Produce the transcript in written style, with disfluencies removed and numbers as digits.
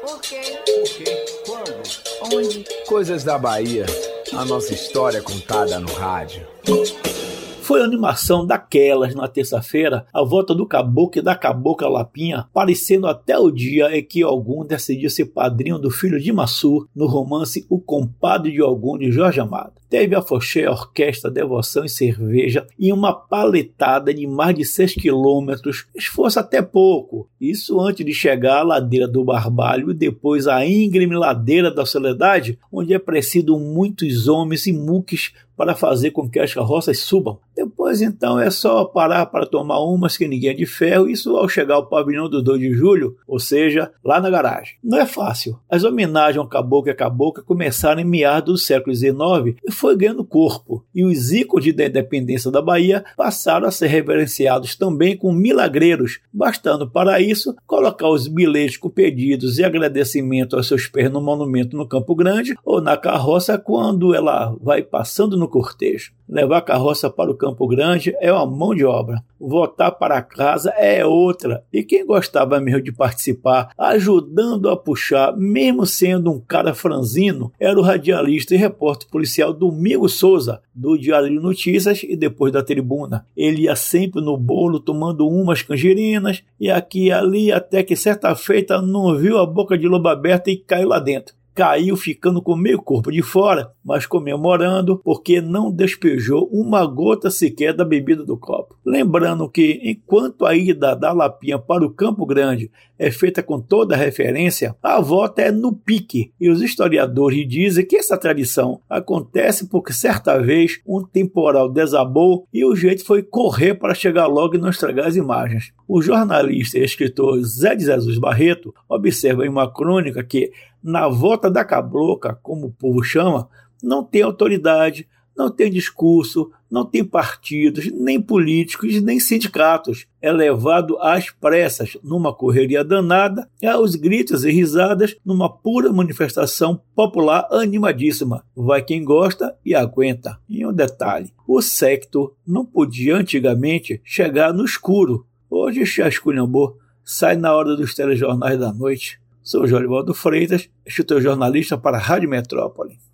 Por quê? Por quê? Quando? Onde? Coisas da Bahia. A nossa história contada no rádio. Foi a animação daquelas na terça-feira, a volta do caboclo e da cabocla Lapinha, parecendo até o dia em que Ogum decidiu ser padrinho do filho de Massu no romance O Compadre de Ogum de Jorge Amado. Teve afoxé, orquestra, devoção e cerveja e uma paletada de mais de 6 quilômetros, esforço até pouco. Isso antes de chegar à ladeira do Barbalho e depois à íngreme ladeira da Soledade, onde é preciso muitos homens e muques para fazer com que as carroças subam. Depois, então, é só parar para tomar umas que ninguém é de ferro, isso ao chegar ao pavilhão do 2 de julho, ou seja, lá na garagem. Não é fácil. As homenagens ao caboclo e à cabocla começaram em meados do século XIX e foi ganhando corpo. E os ícones da independência da Bahia passaram a ser reverenciados também com milagreiros, bastando para isso colocar os bilhetes com pedidos e agradecimento aos seus pés no monumento no Campo Grande ou na carroça quando ela vai passando no cortejo. Levar a carroça para o Campo Grande é uma mão de obra. Voltar para casa é outra. E quem gostava mesmo de participar, ajudando a puxar, mesmo sendo um cara franzino, era o radialista e repórter policial Domingos Souza, do Diário de Notícias e depois da Tribuna. Ele ia sempre no bolo tomando umas cangerinas e aqui e ali, até que certa feita não viu a boca de lobo aberta e caiu lá dentro. Caiu ficando com meio corpo de fora, mas comemorando porque não despejou uma gota sequer da bebida do copo. Lembrando que, enquanto a ida da Lapinha para o Campo Grande é feita com toda a referência, a volta é no pique. E os historiadores dizem que essa tradição acontece porque certa vez um temporal desabou e o jeito foi correr para chegar logo e não estragar as imagens. O jornalista e escritor Zé de Jesus Barreto observa em uma crônica que na volta da cabocla, como o povo chama, não tem autoridade, não tem discurso, não tem partidos, nem políticos, nem sindicatos. É levado às pressas, numa correria danada, e aos gritos e risadas, numa pura manifestação popular animadíssima. Vai quem gosta e aguenta. E um detalhe, o séquito não podia antigamente chegar no escuro. Hoje já esculhambou, sai na hora dos telejornais da noite. Sou Jorivaldo Freitas, escritor jornalista para a Rádio Metrópole.